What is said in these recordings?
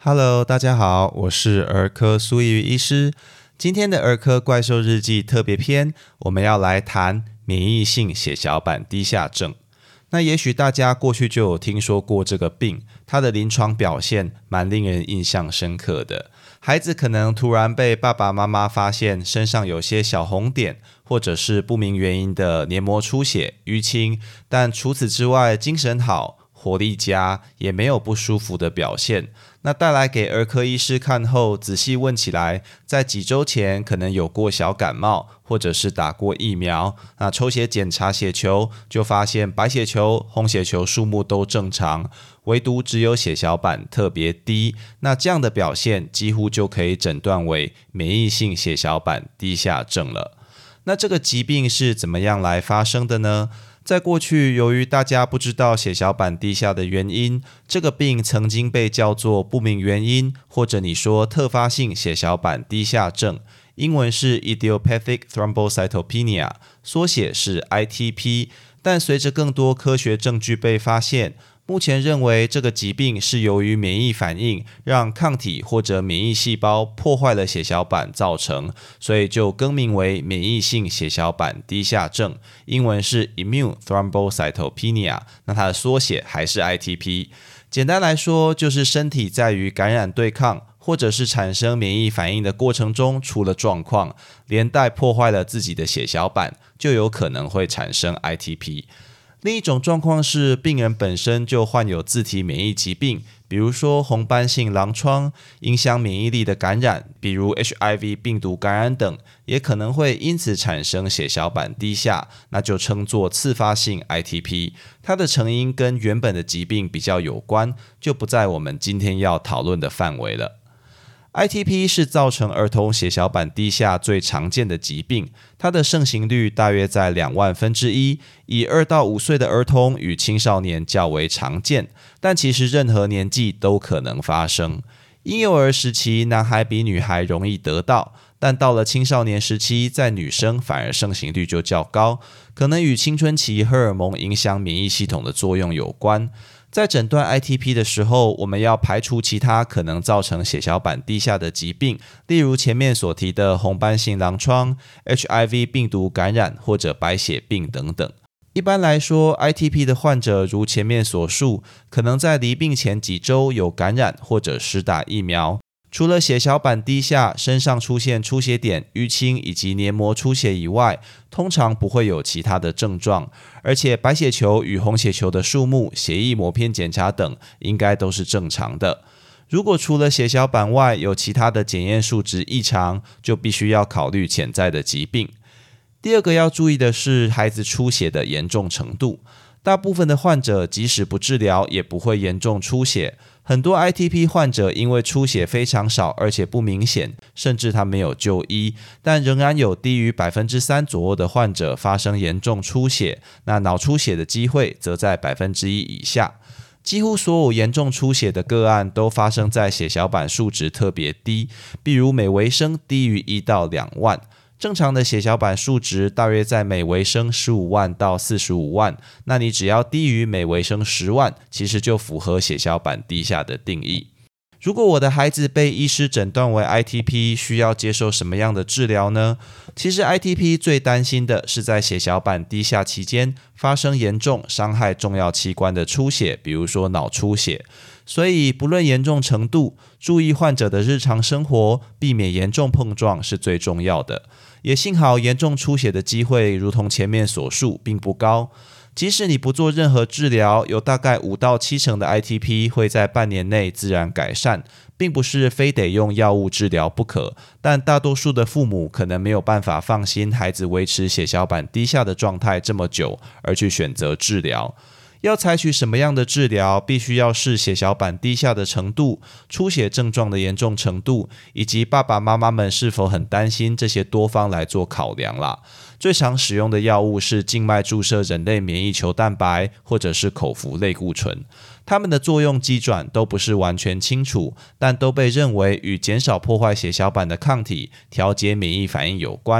Hello， 大家好，我是儿科苏奕医师。今天的儿科怪兽日记特别篇，我们要来谈免疫性血小板低下症。那也许大家过去就有听说过这个病，它的临床表现蛮令人印象深刻的。孩子可能突然被爸爸妈妈发现身上有些小红点，或者是不明原因的黏膜出血、淤青，但除此之外精神好、活力佳，也没有不舒服的表现。那带来给儿科医师看后，仔细问起来，在几周前可能有过小感冒，或者是打过疫苗。那抽血检查血球，就发现白血球、红血球数目都正常，唯独只有血小板特别低。那这样的表现几乎就可以诊断为免疫性血小板低下症了。那这个疾病是怎么样来发生的呢？在过去，由于大家不知道血小板低下的原因，这个病曾经被叫做不明原因，或者你说特发性血小板低下症，英文是 Idiopathic Thrombocytopenia， 缩写是 ITP。但随着更多科学证据被发现，目前认为这个疾病是由于免疫反应让抗体或者免疫细胞破坏了血小板造成，所以就更名为免疫性血小板低下症，英文是 Immune Thrombocytopenia， 那它的缩写还是 ITP。 简单来说，就是身体在于感染对抗或者是产生免疫反应的过程中出了状况，连带破坏了自己的血小板，就有可能会产生 ITP。另一种状况是病人本身就患有自体免疫疾病，比如说红斑性狼疮，影响免疫力的感染，比如 HIV 病毒感染等，也可能会因此产生血小板低下，那就称作次发性 ITP。 它的成因跟原本的疾病比较有关，就不在我们今天要讨论的范围了。ITP 是造成儿童血小板低下最常见的疾病，它的盛行率大约在2万分之一，以2到5岁的儿童与青少年较为常见，但其实任何年纪都可能发生。婴幼儿时期，男孩比女孩容易得到，但到了青少年时期，在女生反而盛行率就较高，可能与青春期荷尔蒙影响免疫系统的作用有关。在诊断 ITP 的时候，我们要排除其他可能造成血小板低下的疾病，例如前面所提的红斑性狼疮、HIV 病毒感染或者白血病等等。一般来说， ITP 的患者如前面所述，可能在罹病前几周有感染或者施打疫苗。除了血小板低下，身上出现出血点、淤青以及黏膜出血以外，通常不会有其他的症状，而且白血球与红血球的数目、血液抹片检查等应该都是正常的。如果除了血小板外有其他的检验数值异常，就必须要考虑潜在的疾病。第二个要注意的是孩子出血的严重程度。大部分的患者即使不治疗也不会严重出血，很多 ITP 患者因为出血非常少而且不明显，甚至他没有就医，但仍然有低于 3% 左右的患者发生严重出血，那脑出血的机会则在 1% 以下。几乎所有严重出血的个案都发生在血小板数值特别低，比如每微升低于1到2万。正常的血小板数值大约在每微升15万到45万，那你只要低于每微升10万，其实就符合血小板低下的定义。如果我的孩子被医师诊断为 ITP， 需要接受什么样的治疗呢？其实 ITP 最担心的是在血小板低下期间发生严重伤害重要器官的出血，比如说脑出血。所以不论严重程度，注意患者的日常生活，避免严重碰撞是最重要的。也幸好严重出血的机会如同前面所述并不高，即使你不做任何治疗，有大概5到7成的 ITP 会在半年内自然改善，并不是非得用药物治疗不可，但大多数的父母可能没有办法放心孩子维持血小板低下的状态这么久，而去选择治疗。要采取什么样的治疗，必须要视血小板低下的程度、出血症状的严重程度，以及爸爸妈妈们是否很担心这些多方来做考量啦。最常使用的药物是静脉注射人类免疫球蛋白或者是口服类固醇，它们的作用机转都不是完全清楚，但都被认为与减少破坏血小板的抗体、调节免疫反应有关。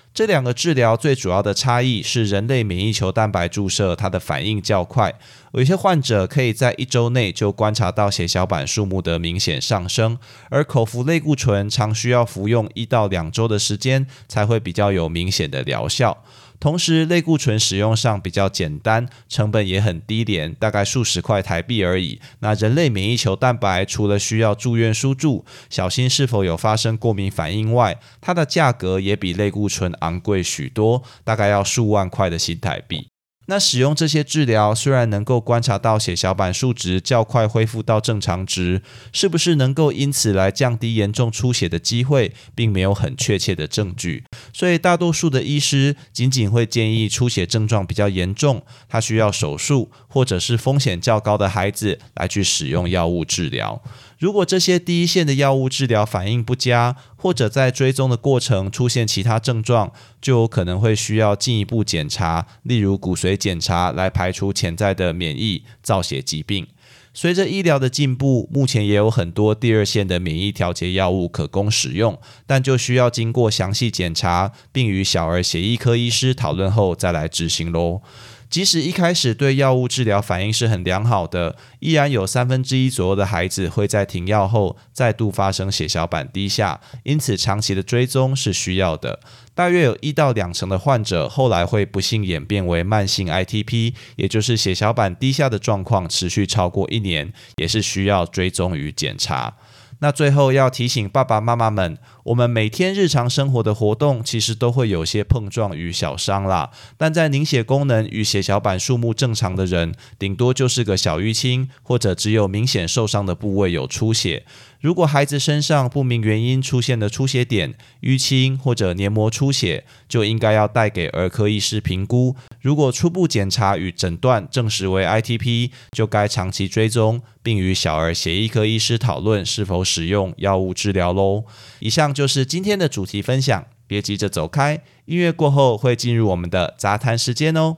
这两个治疗最主要的差异是人类免疫球蛋白注射它的反应较快，有些患者可以在1周内就观察到血小板数目的明显上升，而口服类固醇常需要服用1到2周的时间才会比较有明显的疗效。同时类固醇使用上比较简单，成本也很低廉，大概数十块台币而已。那人类免疫球蛋白除了需要住院输注，小心是否有发生过敏反应外，它的价格也比类固醇昂贵许多，大概要数万块的新台币。那使用这些治疗虽然能够观察到血小板数值较快恢复到正常值，是不是能够因此来降低严重出血的机会，并没有很确切的证据。所以大多数的医师仅仅会建议出血症状比较严重，他需要手术或者是风险较高的孩子来去使用药物治疗。如果这些第一线的药物治疗反应不佳，或者在追踪的过程出现其他症状，就有可能会需要进一步检查，例如骨髓检查来排除潜在的免疫造血疾病。随着医疗的进步，目前也有很多第二线的免疫调节药物可供使用，但就需要经过详细检查，并与小儿血液科医师讨论后再来执行咯。即使一开始对药物治疗反应是很良好的，依然有1/3左右的孩子会在停药后再度发生血小板低下，因此长期的追踪是需要的。大约有1到2成的患者后来会不幸演变为慢性 ITP， 也就是血小板低下的状况持续超过1年，也是需要追踪与检查。那最后要提醒爸爸妈妈们，我们每天日常生活的活动其实都会有些碰撞与小伤啦，但在凝血功能与血小板数目正常的人，顶多就是个小淤青，或者只有明显受伤的部位有出血。如果孩子身上不明原因出现的出血点、淤青或者黏膜出血，就应该要带给儿科医师评估。如果初步检查与诊断证实为 ITP， 就该长期追踪，并与小儿血液科医师讨论是否使用药物治疗咯。以上就是今天的主题分享，别急着走开，音乐过后会进入我们的杂谈时间哦。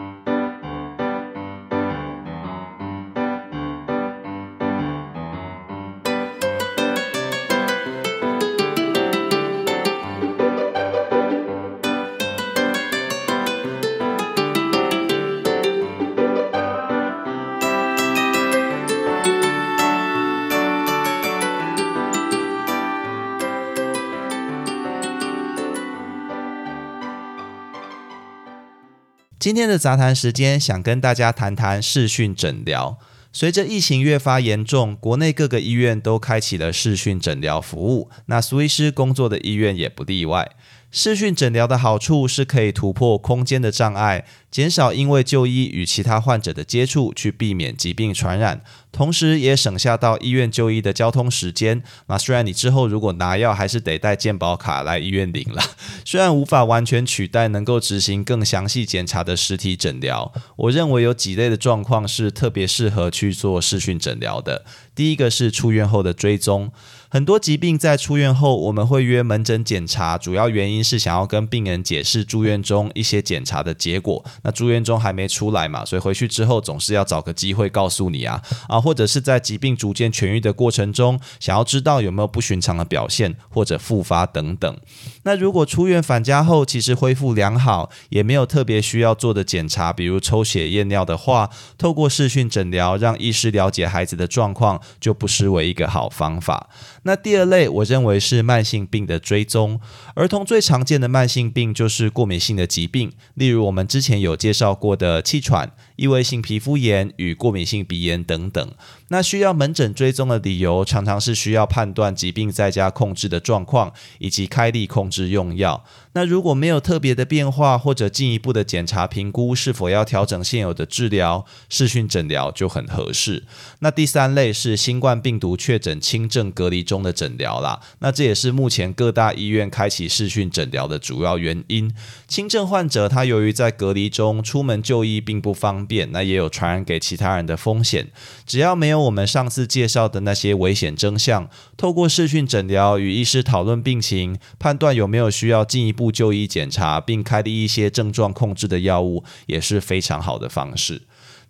今天的杂谈时间，想跟大家谈谈视讯诊疗。随着疫情越发严重，国内各个医院都开启了视讯诊疗服务，那苏医师工作的医院也不例外。视讯诊疗的好处是可以突破空间的障碍，减少因为就医与其他患者的接触，去避免疾病传染，同时也省下到医院就医的交通时间。那虽然你之后如果拿药还是得带健保卡来医院领啦，虽然无法完全取代能够执行更详细检查的实体诊疗，我认为有几类的状况是特别适合去做视讯诊疗的。第一个是出院后的追踪。很多疾病在出院后我们会约门诊检查，主要原因是想要跟病人解释住院中一些检查的结果。那住院中还没出来嘛，所以回去之后总是要找个机会告诉你啊，或者是在疾病逐渐痊愈的过程中，想要知道有没有不寻常的表现或者复发等等。那如果出院返家后其实恢复良好，也没有特别需要做的检查，比如抽血验尿的话，透过视讯诊疗让医师了解孩子的状况，就不失为一个好方法。那第二类我认为是慢性病的追踪。儿童最常见的慢性病就是过敏性的疾病，例如我们之前有介绍过的气喘、异位性皮肤炎与过敏性鼻炎等等。那需要门诊追踪的理由常常是需要判断疾病在家控制的状况，以及开立控制用药。那如果没有特别的变化，或者进一步的检查评估是否要调整现有的治疗，视讯诊疗就很合适。那第三类是新冠病毒确诊轻症隔离中的诊疗啦，那这也是目前各大医院开启视讯诊疗的主要原因。轻症患者他由于在隔离中出门就医并不方便，那也有传染给其他人的风险，只要没有我们上次介绍的那些危险征象，透过视讯诊疗与医师讨论病情，判断有没有需要进一步就医检查，并开立一些症状控制的药物，也是非常好的方式。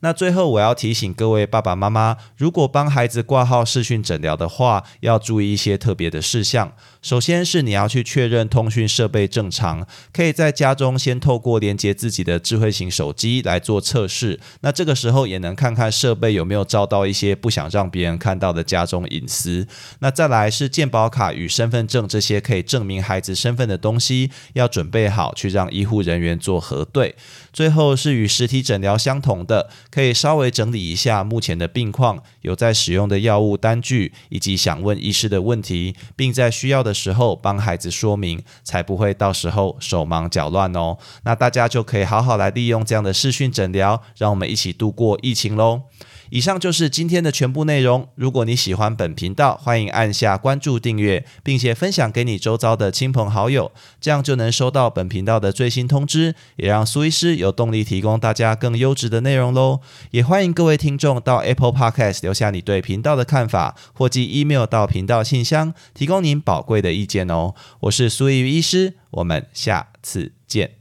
那最后我要提醒各位爸爸妈妈，如果帮孩子挂号视讯诊疗的话，要注意一些特别的事项。首先是你要去确认通讯设备正常，可以在家中先透过连接自己的智慧型手机来做测试，那这个时候也能看看设备有没有遭到一些不想让别人看到的家中隐私。那再来是健保卡与身份证这些可以证明孩子身份的东西，要准备好去让医护人员做核对。最后是与实体诊疗相同的，可以稍微整理一下目前的病况，有在使用的药物单据，以及想问医师的问题，并在需要的时候帮孩子说明，才不会到时候手忙脚乱哦。那大家就可以好好来利用这样的视讯诊疗，让我们一起度过疫情咯。以上就是今天的全部内容。如果你喜欢本频道，欢迎按下关注订阅，并且分享给你周遭的亲朋好友，这样就能收到本频道的最新通知，也让苏医师有动力提供大家更优质的内容咯。也欢迎各位听众到 Apple Podcast 留下你对频道的看法，或寄 email 到频道信箱，提供您宝贵的意见哦。我是苏奕医师，我们下次见。